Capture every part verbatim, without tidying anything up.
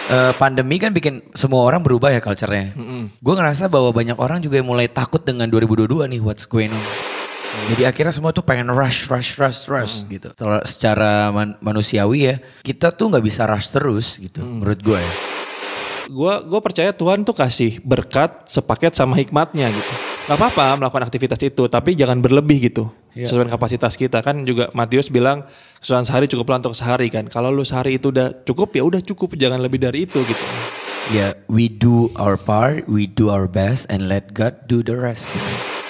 Uh, pandemi kan bikin semua orang berubah ya culture-nya. Mm-hmm. Gue ngerasa bahwa banyak orang juga yang mulai takut dengan dua ribu dua puluh dua nih what's going on. Mm. Jadi akhirnya semua tuh pengen rush, rush, rush, rush mm. gitu. Secara man- manusiawi ya, kita tuh gak bisa rush terus gitu mm. menurut gue ya. Gue gue percaya Tuhan tuh kasih berkat sepaket sama hikmatnya gitu. Gak apa-apa melakukan aktivitas itu, tapi jangan berlebih gitu. Yeah. Sesuai kapasitas kita kan juga Matius bilang kesusahan sehari cukup untuk sehari kan. Kalau lu sehari itu udah cukup ya udah cukup, jangan lebih dari itu gitu. Ya, yeah, we do our part, we do our best and let God do the rest. Gitu.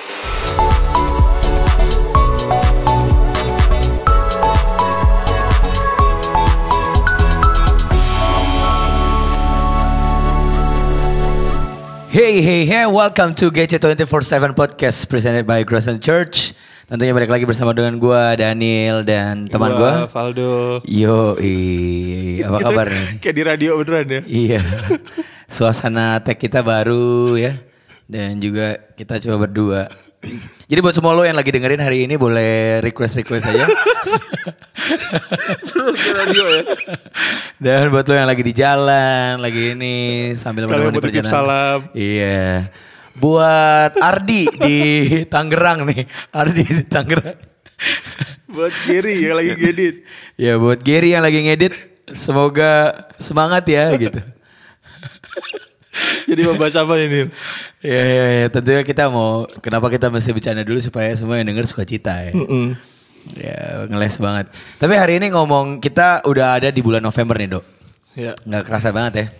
Hey hey hey, welcome to G C dua puluh empat tujuh Podcast presented by Grosson Church. Tentunya balik lagi bersama dengan gue Daniel dan teman gue Valdo. Yo, apa kabar nih? Kayak di radio beneran ya? Iya, suasana tag kita baru ya. Dan juga kita coba berdua. Jadi buat semua lo yang lagi dengerin hari ini boleh request-request aja. Radio ya. Dan buat lo yang lagi di jalan, lagi ini sambil menemani perjalanan. Salam. Iya. Buat Ardi di Tangerang nih. Ardi di Tangerang. Buat Gary yang lagi ngedit. Ya buat Gary yang lagi ngedit. Semoga semangat ya gitu. Jadi membahas apa ini? Ya, ya, ya, tentunya kita mau, kenapa kita mesti bercanda dulu supaya semua yang denger suka cita ya. Mm-mm. Ya ngeles banget. Tapi hari ini ngomong kita udah ada di bulan November nih Dok. Ya. Gak kerasa banget ya.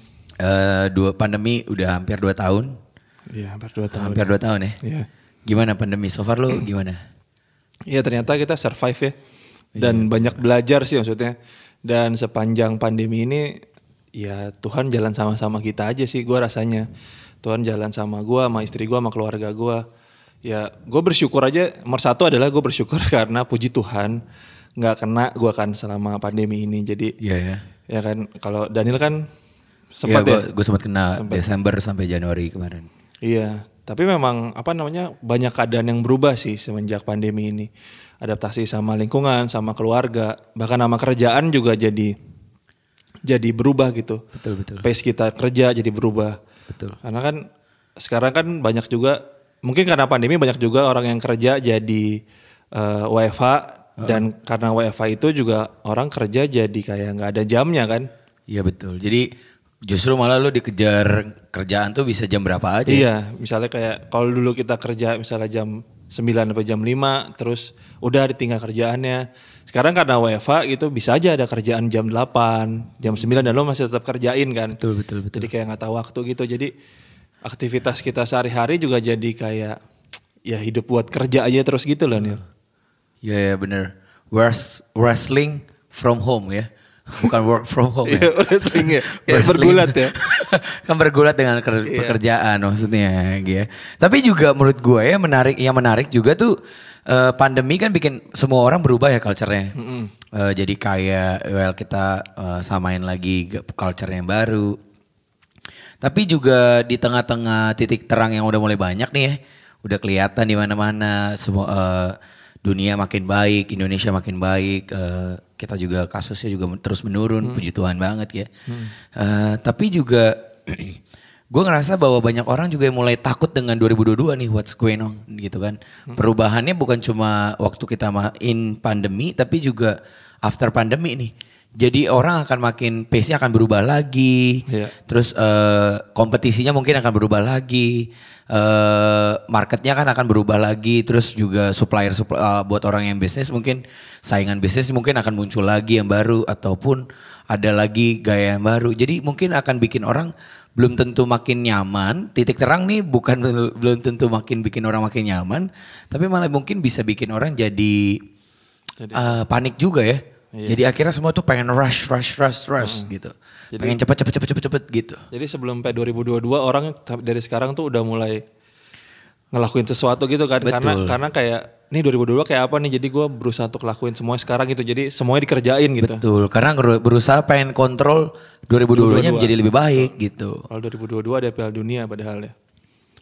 Uh, dua, pandemi udah hampir dua tahun. Iya hampir dua tahun. Hampir dua tahun ya. Iya. Gimana pandemi so far lo gimana? Iya ternyata kita survive ya. Dan ya. Banyak belajar sih maksudnya. Dan sepanjang pandemi ini ya Tuhan jalan sama-sama kita aja sih gue rasanya. Tuhan jalan sama gue, sama istri gue, sama keluarga gue. Ya gue bersyukur aja, nomor satu adalah gue bersyukur karena puji Tuhan gak kena gue kan selama pandemi ini. Jadi iya ya. Ya kan kalau Daniel kan sempat ya. ya. Gue sempat kena sempet. Desember sampai Januari kemarin. Iya, tapi memang apa namanya banyak keadaan yang berubah sih semenjak pandemi ini. Adaptasi sama lingkungan, sama keluarga, bahkan sama kerjaan juga jadi jadi berubah gitu. Betul betul. Pace kita kerja jadi berubah. Betul. Karena kan sekarang kan banyak juga, mungkin karena pandemi banyak juga orang yang kerja jadi uh, W F H uh-huh. Dan karena W F H itu juga orang kerja jadi kayak nggak ada jamnya kan? Iya betul. Jadi justru malah lo dikejar kerjaan tuh bisa jam berapa aja? Iya, misalnya kayak kalau dulu kita kerja misalnya jam sembilan sampai jam lima, terus udah ditinggal kerjaannya. Sekarang karena W F H gitu bisa aja ada kerjaan jam delapan, jam sembilan dan lo masih tetap kerjain kan. Betul, betul, betul. Jadi kayak gak tahu waktu gitu. Jadi aktivitas kita sehari-hari juga jadi kayak ya hidup buat kerja aja terus gitu loh Nil. Iya ya bener. Wrestling from home ya. Bukan work from home ya. Wrestling ya. Ya bergulat ya. Kan bergulat dengan pekerjaan maksudnya gitu. Tapi juga menurut gue ya menarik, yang menarik juga tuh Uh, pandemi kan bikin semua orang berubah ya culture-nya. Mm-hmm. Uh, jadi kayak well kita uh, samain lagi culture yang baru. Tapi juga di tengah-tengah titik terang yang udah mulai banyak nih ya. Udah kelihatan di mana-mana semua uh, dunia makin baik, Indonesia makin baik. Uh, kita juga kasusnya juga terus menurun, mm. puji Tuhan banget ya. Mm. Uh, tapi juga gue ngerasa bahwa banyak orang juga yang mulai takut dengan dua ribu dua puluh dua nih what's going on gitu kan. Hmm. Perubahannya bukan cuma waktu kita in pandemi tapi juga after pandemi nih. Jadi orang akan makin pace-nya akan berubah lagi. Yeah. Terus uh, kompetisinya mungkin akan berubah lagi. Uh, marketnya kan akan berubah lagi. Terus juga supplier, supplier uh, buat orang yang bisnis mungkin saingan bisnis mungkin akan muncul lagi yang baru. Ataupun ada lagi gaya yang baru. Jadi mungkin akan bikin orang belum tentu makin nyaman. Titik terang nih bukan belum tentu makin bikin orang makin nyaman, tapi malah mungkin bisa bikin orang jadi, jadi uh, panik juga ya. Iya. Jadi akhirnya semua tuh pengen rush, rush, rush, rush hmm. gitu. Jadi, pengen cepet, cepet, cepet, cepet, cepet gitu. Jadi sebelum sampai dua ribu dua puluh dua orang dari sekarang tuh udah mulai ngelakuin sesuatu gitu kan. Betul. Karena karena kayak nih dua ribu dua puluh dua kayak apa nih, jadi gue berusaha untuk lakuin semuanya sekarang gitu. Jadi semuanya dikerjain gitu. Betul, karena berusaha pengen kontrol dua ribu dua puluh dua-nya menjadi lebih baik gitu. Kalau dua ribu dua puluh dua ada Piala Dunia padahal ya.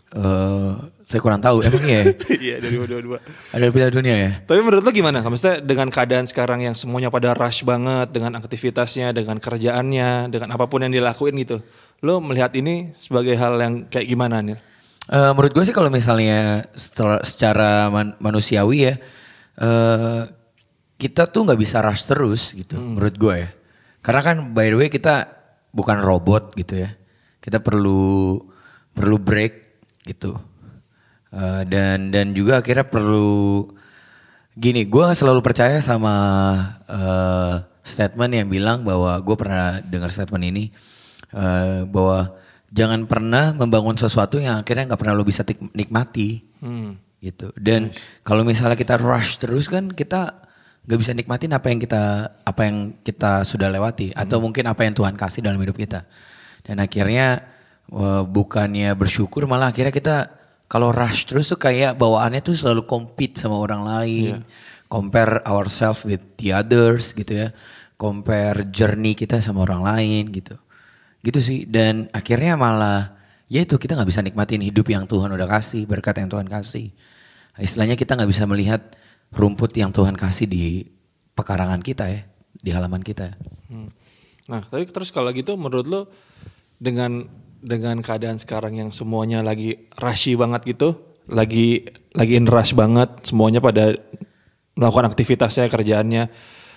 Uh, saya kurang tahu emang ya. Iya dua ribu dua puluh dua. Ada Piala Dunia ya. Tapi menurut lo gimana? Maksudnya dengan keadaan sekarang yang semuanya pada rush banget dengan aktivitasnya, dengan kerjaannya, dengan apapun yang dilakuin gitu. Lo melihat ini sebagai hal yang kayak gimana nih? Uh, menurut gue sih kalau misalnya setelah, secara man, manusiawi ya, uh, kita tuh nggak bisa rush terus gitu. Hmm. Menurut gue ya. Karena kan by the way kita bukan robot gitu ya. Kita perlu perlu break gitu. Uh, dan dan juga akhirnya perlu gini, gue selalu percaya sama uh, statement yang bilang bahwa gue pernah dengar statement ini uh, bahwa jangan pernah membangun sesuatu yang akhirnya nggak pernah lo bisa nikmati, hmm. gitu. Dan nice. Kalau misalnya kita rush terus kan kita nggak bisa nikmatin apa yang kita apa yang kita sudah lewati, hmm. atau mungkin apa yang Tuhan kasih dalam hidup kita. Dan akhirnya uh, bukannya bersyukur malah akhirnya kita kalau rush terus tuh kayak bawaannya tuh selalu compete sama orang lain. Yeah. Compare ourselves with the others gitu ya. Compare journey kita sama orang lain gitu. Gitu sih. Dan akhirnya malah ya itu kita gak bisa nikmatin hidup yang Tuhan udah kasih. Berkat yang Tuhan kasih. Istilahnya kita gak bisa melihat rumput yang Tuhan kasih di pekarangan kita ya. Di halaman kita. Hmm. Nah tapi terus kalau gitu menurut lo dengan... dengan keadaan sekarang yang semuanya lagi rushy banget gitu, lagi lagi in rush banget, semuanya pada melakukan aktivitasnya, kerjaannya.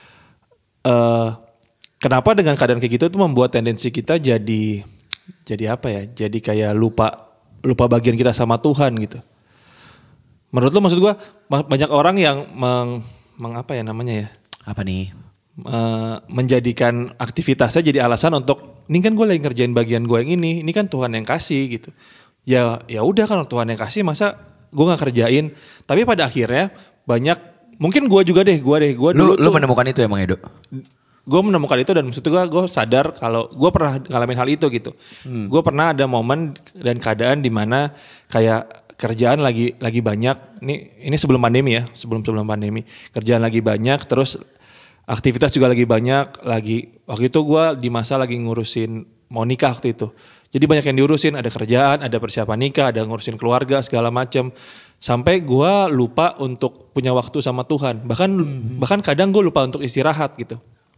Uh, kenapa dengan keadaan kayak gitu tuh membuat tendensi kita jadi jadi apa ya? Jadi kayak lupa lupa bagian kita sama Tuhan gitu. Menurut lo maksud gue banyak orang yang meng, meng apa ya namanya ya? Apa nih? Uh, menjadikan aktivitasnya jadi alasan untuk ini kan gue lagi ngerjain bagian gue yang ini, ini kan Tuhan yang kasih gitu. Ya ya udah kalau Tuhan yang kasih masa gue nggak kerjain. Tapi pada akhirnya banyak mungkin gue juga deh, gue deh, gue dulu. Lu, lu menemukan itu emang Edo? Gue menemukan itu dan maksud gue gue sadar kalau gue pernah ngalamin hal itu gitu. Hmm. Gue pernah ada momen dan keadaan di mana kayak kerjaan lagi lagi banyak. Ini ini sebelum pandemi ya, sebelum sebelum pandemi kerjaan lagi banyak terus. Aktivitas juga lagi banyak, lagi waktu itu gue di masa lagi ngurusin mau nikah waktu itu. Jadi banyak yang diurusin, ada kerjaan, ada persiapan nikah, ada ngurusin keluarga segala macam. Sampai gue lupa untuk punya waktu sama Tuhan. Bahkan mm-hmm. bahkan kadang gue lupa untuk istirahat gitu.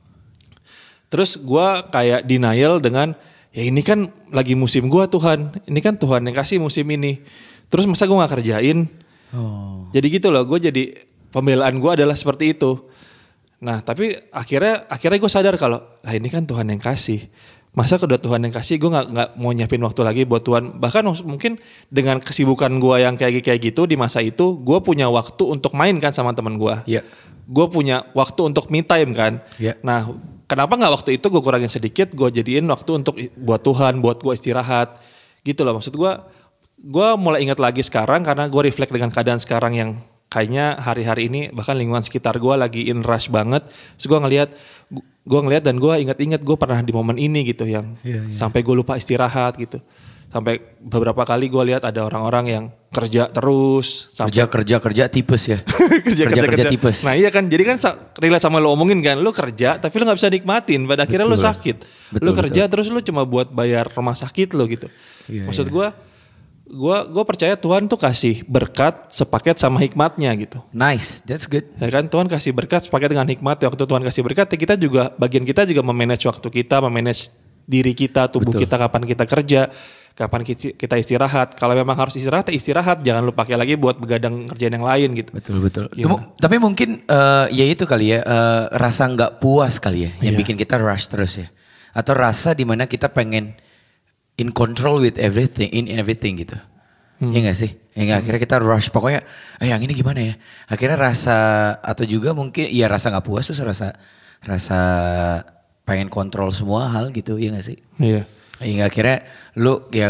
Terus gue kayak denial dengan ya ini kan lagi musim gue Tuhan, ini kan Tuhan yang kasih musim ini. Terus masa gue nggak kerjain? Oh. Jadi gitu loh, gue jadi pembelaan gue adalah seperti itu. Nah tapi akhirnya akhirnya gue sadar kalau lah ini kan Tuhan yang kasih. Masa kedua Tuhan yang kasih gue gak, gak mau nyiapin waktu lagi buat Tuhan. Bahkan mungkin dengan kesibukan gue yang kayak kayak gitu di masa itu gue punya waktu untuk main kan sama teman gue. Yeah. Gue punya waktu untuk me time kan. Yeah. Nah kenapa gak waktu itu gue kurangin sedikit, gue jadiin waktu untuk buat Tuhan, buat gue istirahat. Gitu loh maksud gue. Gue mulai ingat lagi sekarang karena gue reflect dengan keadaan sekarang yang kayaknya hari-hari ini bahkan lingkungan sekitar gue lagi in rush banget. Terus gue ngelihat, gue ngelihat dan gue ingat-ingat gue pernah di momen ini gitu yang yeah, yeah. sampai gue lupa istirahat gitu. Sampai beberapa kali gue lihat ada orang-orang yang kerja terus. Sampai kerja kerja kerja tipes ya. kerja, kerja kerja kerja tipes. Nah iya kan, jadi kan relate sama lo omongin kan, lo kerja tapi lo nggak bisa nikmatin. Pada akhirnya lo sakit. Betul, lo kerja betul. Terus lo cuma buat bayar rumah sakit lo gitu. Yeah, Maksud gue. Yeah. Gue gue percaya Tuhan tuh kasih berkat sepaket sama hikmatnya gitu. Nice, that's good. Ya kan Tuhan kasih berkat sepaket dengan hikmat. Waktu Tuhan kasih berkat, ya kita juga bagian kita juga memanage waktu kita, memanage diri kita, tubuh Betul. Kita kapan kita kerja, kapan kita istirahat. Kalau memang harus istirahat, ya istirahat. Jangan lu pakai lagi buat begadang kerjaan yang lain gitu. Betul betul. Tuh, tapi mungkin uh, ya itu kali ya uh, rasa nggak puas kali ya yang yeah. bikin kita rush terus ya. Atau rasa dimana kita pengen in control with everything, in everything gitu. Hmm. Ya gak sih? Ya gak, akhirnya kita rush. Pokoknya eh, yang ini gimana ya? Akhirnya rasa atau juga mungkin ya rasa gak puas terus rasa rasa pengen kontrol semua hal gitu. Ya gak sih? Iya. Ya akhirnya lu ya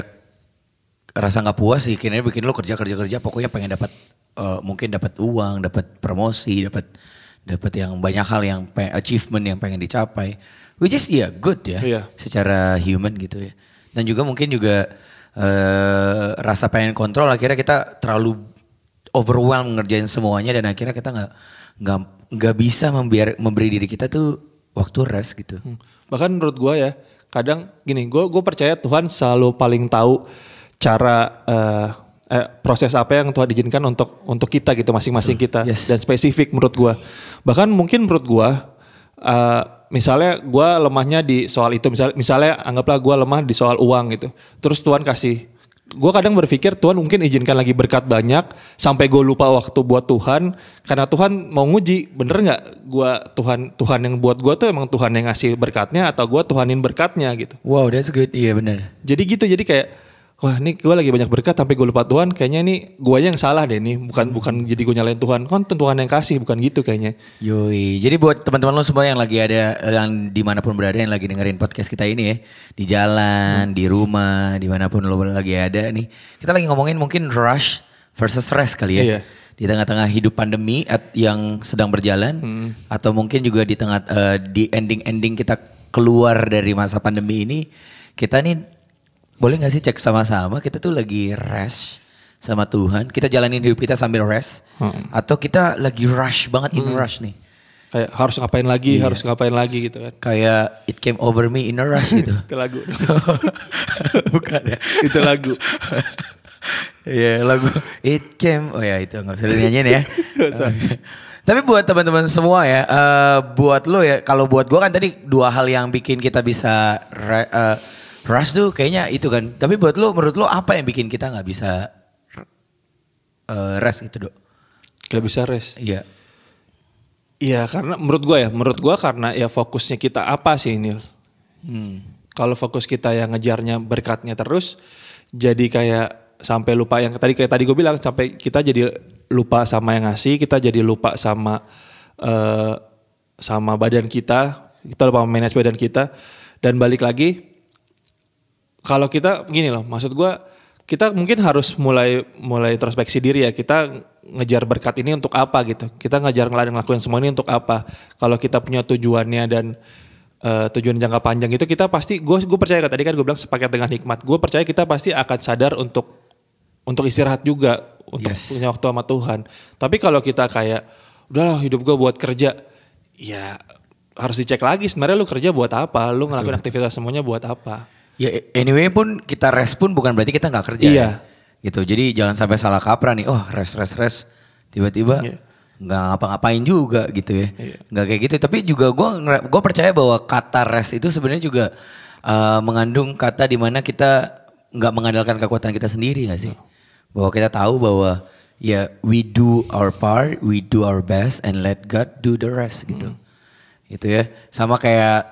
rasa gak puas sih. Akhirnya bikin lu kerja-kerja-kerja pokoknya pengen dapat uh, mungkin dapat uang, dapat promosi, dapat dapat yang banyak hal yang achievement yang pengen dicapai. Which is ya yeah, good ya. Iya. Secara human gitu ya. Dan juga mungkin juga uh, rasa pengen kontrol akhirnya kita terlalu overwhelmed ngerjain semuanya dan akhirnya kita nggak nggak nggak bisa membiar, memberi diri kita tuh waktu rest gitu. Hmm. Bahkan menurut gue ya kadang gini, gue gue percaya Tuhan selalu paling tahu cara uh, eh, proses apa yang Tuhan izinkan untuk untuk kita gitu masing-masing kita Yes. dan spesifik menurut gue. Bahkan mungkin menurut gue, uh, misalnya gue lemahnya di soal itu, misalnya, misalnya anggaplah gue lemah di soal uang gitu, terus Tuhan kasih, gue kadang berpikir Tuhan mungkin izinkan lagi berkat banyak sampai gue lupa waktu buat Tuhan, karena Tuhan mau nguji bener nggak gue Tuhan Tuhan yang buat gue tuh emang Tuhan yang ngasih berkatnya atau gue Tuhanin berkatnya gitu. Wow, that's good. Iya benar. Jadi gitu, jadi kayak wah ini gue lagi banyak berkat sampai gue lupa Tuhan, kayaknya ini gue yang salah deh nih, bukan bukan jadi gue nyalain Tuhan, kan Tuhan yang kasih, bukan gitu kayaknya. Yoi. Jadi buat teman-teman lo semua yang lagi ada, yang dimanapun berada, yang lagi dengerin podcast kita ini ya, di jalan, hmm. di rumah, dimanapun lo lagi ada nih, kita lagi ngomongin mungkin rush versus rest kali ya. Iya. Di tengah-tengah hidup pandemi at, yang sedang berjalan, hmm. atau mungkin juga di tengah uh, di ending-ending kita keluar dari masa pandemi ini, kita nih boleh gak sih cek sama-sama kita tuh lagi rest sama Tuhan, kita jalanin hidup kita sambil rest, hmm. atau kita lagi rush banget, in hmm. rush nih. Kayak harus ngapain lagi, Iya. harus ngapain lagi gitu kan. Kayak it came over me in a rush gitu. Itu lagu. Bukan ya? Itu lagu. Iya lagu it came, oh ya itu gak usah dinyanyiin ya. Tapi buat teman-teman semua ya, uh, buat lo ya, kalau buat gue kan tadi dua hal yang bikin kita bisa re, uh, rush tuh kayaknya itu kan. Tapi buat lo, menurut lo apa yang bikin kita gak bisa uh, rest itu Dok? Gak bisa rest? Iya. Iya karena menurut gue ya, menurut gue karena ya fokusnya kita apa sih Nil? Hmm. Kalau fokus kita yang ngejarnya berkatnya terus, jadi kayak sampai lupa yang tadi kayak tadi gue bilang, sampai kita jadi lupa sama yang ngasih, kita jadi lupa sama uh, sama badan kita, kita lupa manage badan kita, dan balik lagi. Kalau kita gini loh, maksud gue kita mungkin harus mulai mulai introspeksi diri ya. Kita ngejar berkat ini untuk apa gitu. Kita ngejar ngelakuin semua ini untuk apa. Kalau kita punya tujuannya dan uh, tujuan jangka panjang itu, kita pasti, gue gue percaya tadi kan gue bilang sepaket dengan hikmat. Gue percaya kita pasti akan sadar untuk untuk istirahat juga, untuk yes. punya waktu sama Tuhan. Tapi kalau kita kayak udahlah hidup gue buat kerja, ya harus dicek lagi sebenarnya lu kerja buat apa, lu ngelakuin Betul. aktivitas semuanya buat apa. Ya anyway pun kita rest pun bukan berarti kita gak kerja iya. ya. Gitu. Jadi jangan sampai salah kaprah nih. Oh rest rest rest. Tiba-tiba iya. gak ngapa-ngapain juga gitu ya. Iya. Gak kayak gitu. Tapi juga gue gue percaya bahwa kata rest itu sebenarnya juga uh, mengandung kata di mana kita gak mengandalkan kekuatan kita sendiri gak sih? Oh. Bahwa kita tahu bahwa ya we do our part, we do our best and let God do the rest gitu. Hmm. Gitu ya. Sama kayak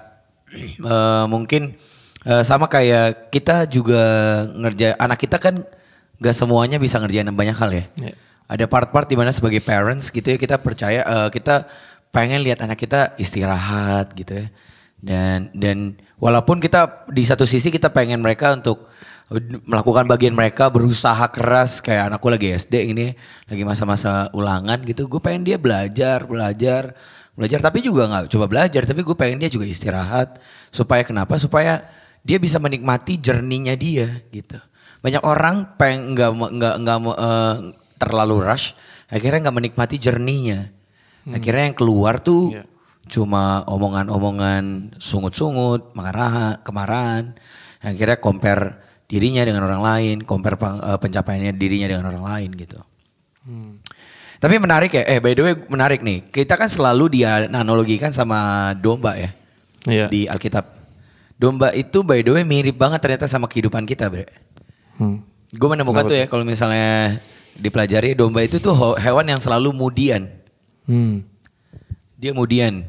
uh, mungkin Uh, sama kayak kita juga ngerjain, anak kita kan gak semuanya bisa ngerjain banyak hal ya. Yeah. Ada part-part dimana sebagai parents gitu ya, kita percaya uh, kita pengen lihat anak kita istirahat gitu ya. Dan dan walaupun kita di satu sisi kita pengen mereka untuk melakukan bagian mereka, berusaha keras, kayak anakku lagi S D ini, lagi masa-masa ulangan gitu, gue pengen dia belajar, belajar, belajar, tapi juga gak coba belajar, tapi gue pengen dia juga istirahat. Supaya kenapa? Supaya dia bisa menikmati journey-nya dia gitu. Banyak orang pengen nggak nggak nggak uh, terlalu rush, akhirnya nggak menikmati journey-nya. Hmm. Akhirnya yang keluar tuh yeah. cuma omongan-omongan sungut-sungut, marah, kemarahan. Akhirnya compare dirinya dengan orang lain, compare uh, pencapaiannya dirinya dengan orang lain gitu. Hmm. Tapi menarik ya, eh by the way menarik nih. Kita kan selalu dianalogikan sama domba ya yeah. di Alkitab. Domba itu by the way mirip banget ternyata sama kehidupan kita bre. Hmm. Gue menemukan Kenapa tuh ya kalau misalnya dipelajari, domba itu tuh hewan yang selalu mudian. Hmm. Dia mudian.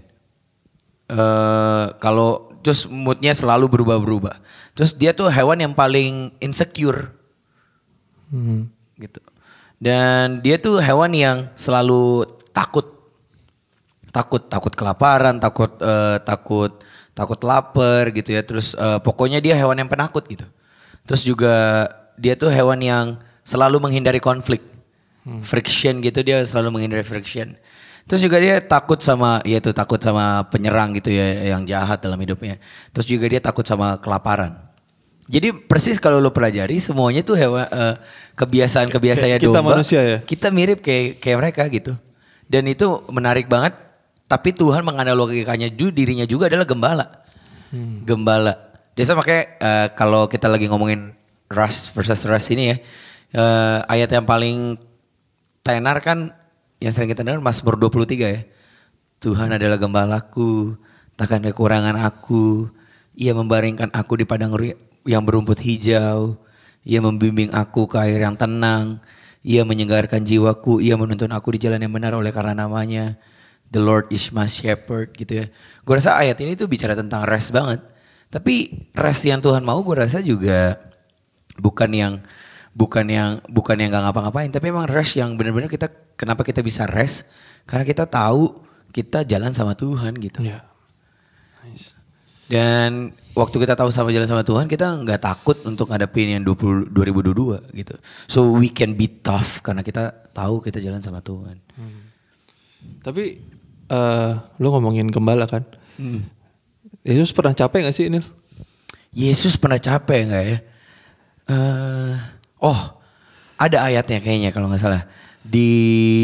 Uh, kalau terus moodnya selalu berubah-berubah. Terus dia tuh hewan yang paling insecure. Hmm. Gitu. Dan dia tuh hewan yang selalu takut. Takut, takut kelaparan, takut uh, takut takut lapar gitu ya, terus uh, pokoknya dia hewan yang penakut gitu. Terus juga dia tuh hewan yang selalu menghindari konflik, hmm. friction gitu, dia selalu menghindari friction. Terus juga dia takut sama, ya tuh takut sama penyerang gitu ya, yang jahat dalam hidupnya. Terus juga dia takut sama kelaparan. Jadi persis kalau lo pelajari semuanya tuh hewan uh, kebiasaan-kebiasaan kita domba. Manusia ya? Kita mirip kayak kayak mereka gitu. Dan itu menarik banget. Tapi Tuhan menganalogikannya juga, dirinya juga adalah gembala. Hmm. Gembala. Biasa makanya uh, kalau kita lagi ngomongin rush versus rest ini ya. uh, ayat yang paling tenar kan yang sering kita dengar Mazmur dua puluh tiga ya. Tuhan adalah gembalaku, takkan kekurangan aku. Ia membaringkan aku di padang yang berumput hijau. Ia membimbing aku ke air yang tenang. Ia menyegarkan jiwaku. Ia menuntun aku di jalan yang benar oleh karena namanya. The Lord is my shepherd gitu ya. Gue rasa ayat ini tuh bicara tentang rest banget. Tapi rest yang Tuhan mau gue rasa juga bukan yang bukan yang bukan yang gak ngapa-ngapain. Tapi emang rest yang benar-benar kita, kenapa kita bisa rest? Karena kita tahu kita jalan sama Tuhan gitu. Yeah. Nice. Dan waktu kita tahu sama jalan sama Tuhan, kita nggak takut untuk ngadepin yang dua ribu dua puluh dua gitu. So we can be tough karena kita tahu kita jalan sama Tuhan. Hmm. Tapi uh, lo ngomongin gembala kan? Hmm. Yesus pernah capek gak sih Nil? Yesus pernah capek nggak ya? Uh, oh ada ayatnya kayaknya kalau nggak salah di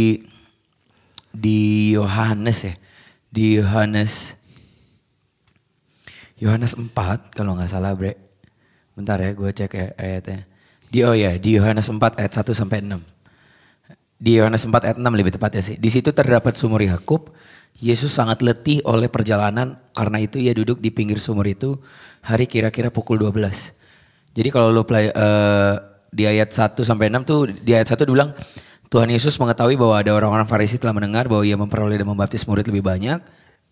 di Yohanes ya, di Yohanes Yohanes empat kalau nggak salah bre. Bentar ya gue cek ya ayatnya. Di oh ya di Yohanes empat ayat satu sampai enam. Di Yohanes empat ayat enam lebih tepatnya sih. Di situ terdapat sumur Yakub. Yesus sangat letih oleh perjalanan, karena itu ia duduk di pinggir sumur itu hari kira-kira pukul dua belas. Jadi kalau lo play uh, di ayat satu sampai enam tuh, di ayat satu dibilang Tuhan Yesus mengetahui bahwa ada orang-orang Farisi telah mendengar bahwa ia memperoleh dan membaptis murid lebih banyak.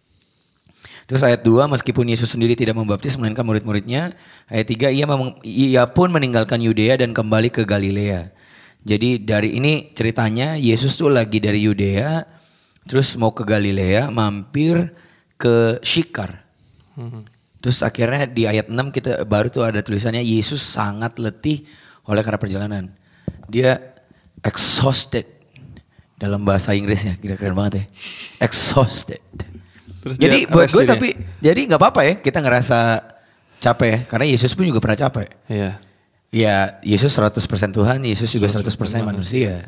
Terus ayat dua, meskipun Yesus sendiri tidak membaptis melainkan murid-muridnya. Ayat tiga, ia, mem- ia pun meninggalkan Yudea dan kembali ke Galilea. Jadi dari ini ceritanya Yesus tuh lagi dari Yudea terus mau ke Galilea, mampir ke Syikar. Hmm. Terus akhirnya di ayat enam kita baru tuh ada tulisannya Yesus sangat letih oleh karena perjalanan. Dia exhausted dalam bahasa Inggrisnya, kira-kira banget ya. Exhausted. Terus jadi buat gue tapi jadi nggak apa-apa ya kita ngerasa capek ya, karena Yesus pun juga pernah capek. Iya. Ya Yesus seratus persen Tuhan, Yesus juga seratus persen manusia.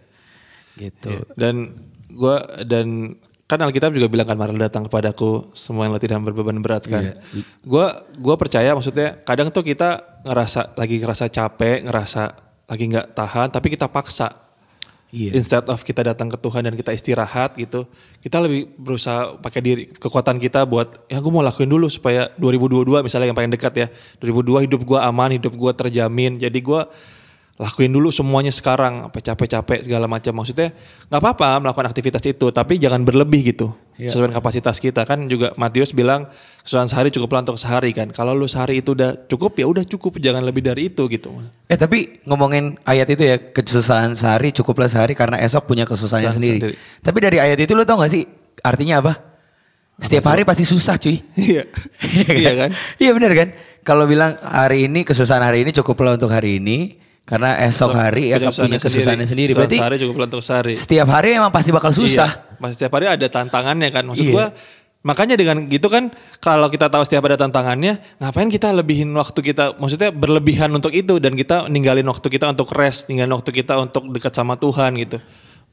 Gitu. Ya. Dan gue dan kan Alkitab juga bilang kan marilah datang kepadaku semua yang letih dan berbeban berat kan. Gue iya. gue percaya maksudnya kadang tuh kita ngerasa lagi ngerasa capek, ngerasa lagi nggak tahan, tapi kita paksa. Iya. Instead of kita datang ke Tuhan dan kita istirahat gitu, kita lebih berusaha pakai diri kekuatan kita buat ya gue mau lakuin dulu supaya dua ribu dua puluh dua misalnya yang paling dekat ya, dua ribu dua puluh dua hidup gue aman, hidup gue terjamin, jadi gue lakuin dulu semuanya sekarang, apa capek-capek segala macam. Maksudnya nggak apa-apa melakukan aktivitas itu, tapi jangan berlebih gitu. Yeah. Sesuai kapasitas kita kan juga Matius bilang kesusahan sehari cukuplah untuk sehari kan. Kalau lu sehari itu udah cukup ya udah cukup, jangan lebih dari itu gitu. Eh tapi ngomongin ayat itu ya, kesusahan sehari cukuplah sehari karena esok punya kesusahannya sendiri. sendiri. Tapi dari ayat itu lu tau gak sih artinya apa? Setiap hari pasti susah cuy. Iya. Iya kan? Iya benar kan? Kalau bilang hari ini kesusahan hari ini cukuplah untuk hari ini. Karena esok hari ya punya kesusahannya sendiri. Berarti sehari cukup untuk sehari. Setiap hari emang pasti bakal susah. Iya, setiap hari ada tantangannya kan. Maksud iya. gue makanya dengan gitu kan kalau kita tahu setiap ada tantangannya, ngapain kita lebihin waktu kita, maksudnya berlebihan untuk itu dan kita ninggalin waktu kita untuk rest, ninggalin waktu kita untuk dekat sama Tuhan gitu.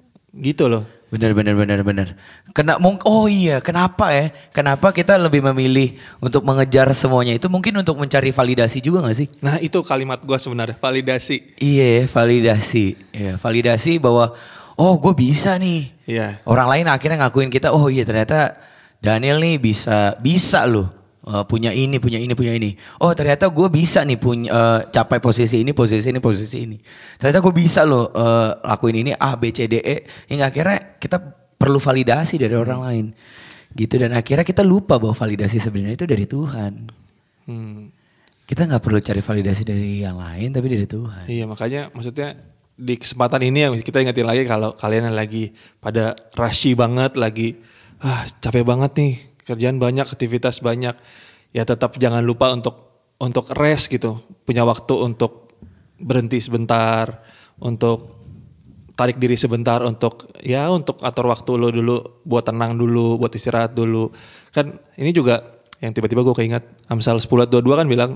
Gitu loh. Benar benar benar benar. Kena oh iya, kenapa ya? Kenapa kita lebih memilih untuk mengejar semuanya itu mungkin untuk mencari validasi juga gak sih? Nah, itu kalimat gue sebenarnya, validasi. Iya, validasi. Iya, validasi bahwa oh, gue bisa nih. Iya. Orang lain akhirnya ngakuin kita, oh iya ternyata Daniel nih bisa bisa loh. Uh, punya ini, punya ini, punya ini. Oh ternyata gue bisa nih punya uh, capai posisi ini, posisi ini, posisi ini. Ternyata gue bisa loh uh, lakuin ini A, B, C, D, E. Hingga akhirnya kita perlu validasi dari orang lain. Gitu dan akhirnya kita lupa bahwa validasi sebenarnya itu dari Tuhan. Hmm. Kita gak perlu cari validasi dari yang lain tapi dari Tuhan. Iya makanya maksudnya di kesempatan ini ya kita ingetin lagi kalau kalian lagi pada rushy banget, lagi ah capek banget nih. Kerjaan banyak, aktivitas banyak, ya tetap jangan lupa untuk untuk rest gitu, punya waktu untuk berhenti sebentar, untuk tarik diri sebentar, untuk ya untuk atur waktu lo dulu, buat tenang dulu, buat istirahat dulu. Kan ini juga yang tiba-tiba gue keinget Amsal sepuluh ayat dua puluh dua kan bilang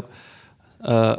uh,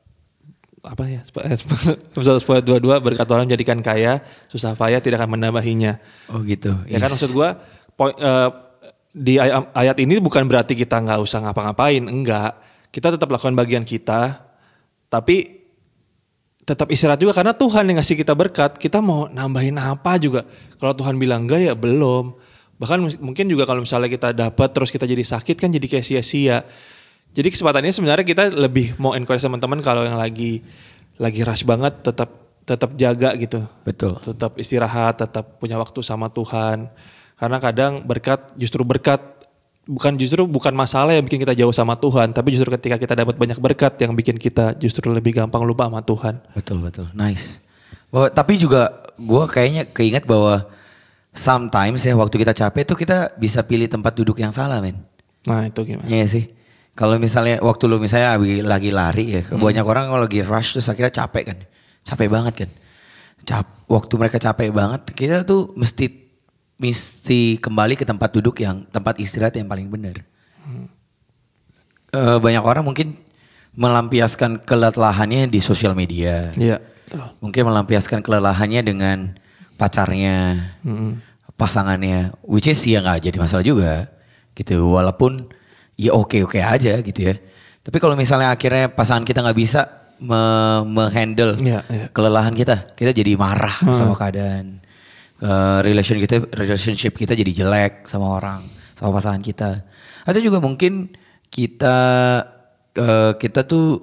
apa ya? Amsal sepuluh ayat dua puluh dua berkat Tuhan menjadikan kaya, susah payah tidak akan menambahinya. Oh gitu. Ya yes. Kan maksud gue poin uh, di ayat ini bukan berarti kita nggak usah ngapa-ngapain, enggak. Kita tetap lakukan bagian kita, tapi tetap istirahat juga karena Tuhan yang ngasih kita berkat. Kita mau nambahin apa juga. Kalau Tuhan bilang enggak ya belum. Bahkan mungkin juga kalau misalnya kita dapat terus kita jadi sakit kan jadi kayak sia-sia. Jadi kesempatannya sebenarnya kita lebih mau encourage teman-teman kalau yang lagi lagi rush banget tetap tetap jaga gitu. Betul. Tetap istirahat, tetap punya waktu sama Tuhan. Karena kadang berkat justru berkat bukan justru bukan masalah yang bikin kita jauh sama Tuhan, tapi justru ketika kita dapat banyak berkat yang bikin kita justru lebih gampang lupa sama Tuhan. Betul betul. Nice. Bahwa, tapi juga gue kayaknya keinget bahwa sometimes ya waktu kita capek tuh kita bisa pilih tempat duduk yang salah, men. Nah, itu gimana? Iya sih. Kalau misalnya waktu lu misalnya lagi, lagi lari ya, hmm. banyak orang kalau lagi rush terus akhirnya capek kan. Capek banget kan. Cap, waktu mereka capek banget, kita tuh mesti mesti kembali ke tempat duduk yang tempat istirahat yang paling benar. Hmm. E, banyak orang mungkin melampiaskan kelelahannya di sosial media. Iya. Mungkin melampiaskan kelelahannya dengan pacarnya, hmm. pasangannya, which is ya nggak jadi masalah juga, gitu. Walaupun ya oke-oke aja gitu ya. Tapi kalau misalnya akhirnya pasangan kita nggak bisa me-handle ya, ya. kelelahan kita, kita jadi marah hmm. sama keadaan. Uh, relation kita, relationship kita jadi jelek sama orang, sama pasangan kita. Atau juga mungkin kita uh, kita tuh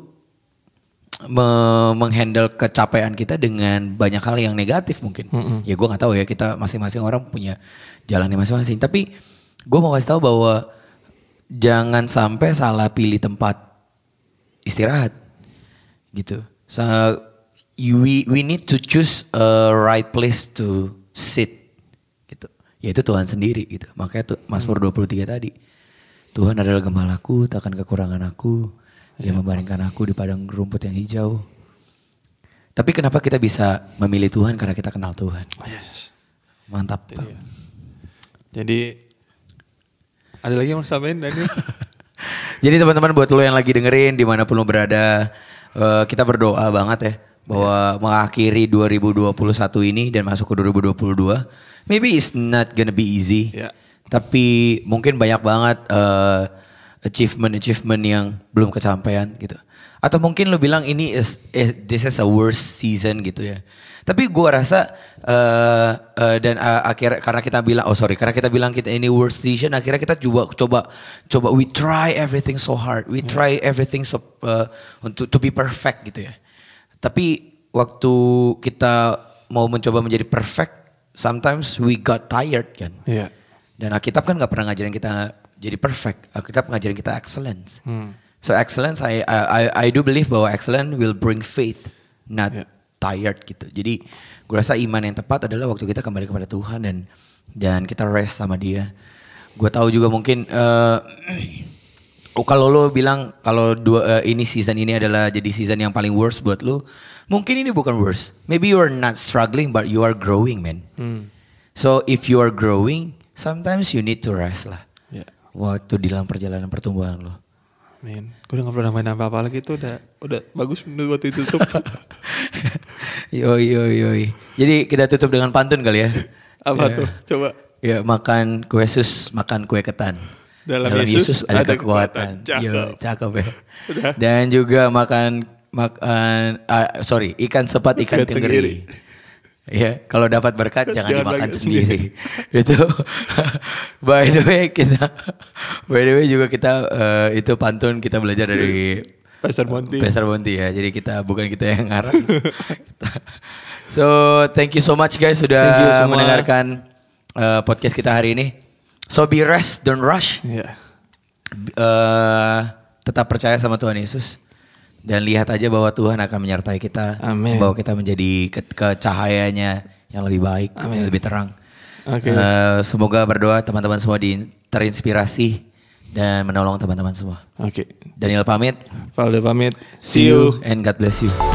me- menghandle kecapean kita dengan banyak hal yang negatif mungkin. Mm-hmm. Ya gue nggak tahu ya, kita masing-masing orang punya jalannya masing-masing. Tapi gue mau kasih tahu bahwa jangan sampai salah pilih tempat istirahat gitu. So, we we need to choose a right place to sit gitu. Yaitu Tuhan sendiri gitu. Makanya tuh Mazmur dua puluh tiga tadi. Tuhan adalah gembalaku, takkan kekurangan aku. Dia ya. Membaringkan aku di padang rumput yang hijau. Tapi kenapa kita bisa memilih Tuhan? Karena kita kenal Tuhan. Yes. Mantap. Jadi, jadi ada lagi yang mau sampaikan Daniel? Jadi teman-teman buat lo yang lagi dengerin dimanapun lo berada, uh, kita berdoa banget ya bahwa yeah. mengakhiri dua ribu dua puluh satu ini dan masuk ke dua ribu dua puluh dua, maybe it's not gonna be easy, yeah. tapi mungkin banyak banget uh, achievement-achievement yang belum kesampaian gitu. Atau mungkin lo bilang ini is, is this is a worst season gitu ya. Tapi gue rasa uh, uh, dan uh, akhirnya karena kita bilang oh sorry karena kita bilang kita ini worst season, akhirnya kita coba coba coba we try everything so hard, we try everything so uh, untuk to be perfect gitu ya. Tapi waktu kita mau mencoba menjadi perfect, sometimes we got tired kan. Yeah. Dan Alkitab kan nggak pernah ngajarin kita jadi perfect, Alkitab ngajarin kita excellence. Hmm. So excellence, I, I I do believe bahwa excellence will bring faith, not yeah. tired gitu. Jadi gue rasa iman yang tepat adalah waktu kita kembali kepada Tuhan dan dan kita rest sama Dia. Gue tahu juga mungkin uh, oh, kalau lo bilang kalau dua uh, ini season ini adalah jadi season yang paling worst buat lo, mungkin ini bukan worst. Maybe you are not struggling but you are growing, man. Hmm. So if you are growing, sometimes you need to rest lah. Yeah. Waktu di dalam perjalanan pertumbuhan lo. Men, gue udah gak pernah main apa-apa lagi tuh udah udah bagus menurut waktu itu tutup. Yoi yoi yoi. Jadi kita tutup dengan pantun kali ya. Apa ya. tuh? Coba. Ya makan kue sus, makan kue ketan. Dalam, Dalam Yesus, Yesus ada, ada kekuatan. kekuatan. Yo, cakep ya. Udah. Dan juga makan makan uh, sorry ikan sepat ikan tenggiri. Ya, kalau dapat berkat jangan, jangan dimakan sendiri. Itu by the way kita by the way juga kita uh, itu pantun kita belajar dari Pastor Monty. Pastor Monty ya. Jadi kita bukan kita yang ngarang. So, thank you so much guys sudah so mendengarkan uh, podcast kita hari ini. So be rest, don't rush. Yeah. Uh, tetap percaya sama Tuhan Yesus. Dan lihat aja bahwa Tuhan akan menyertai kita. Amin. Bahwa kita menjadi ke, ke cahayanya yang lebih baik, Amin. yang lebih terang. Okay. Uh, semoga berdoa teman-teman semua di, terinspirasi dan menolong teman-teman semua. Oke. Okay. Daniel pamit. Valdo pamit. See you and God bless you.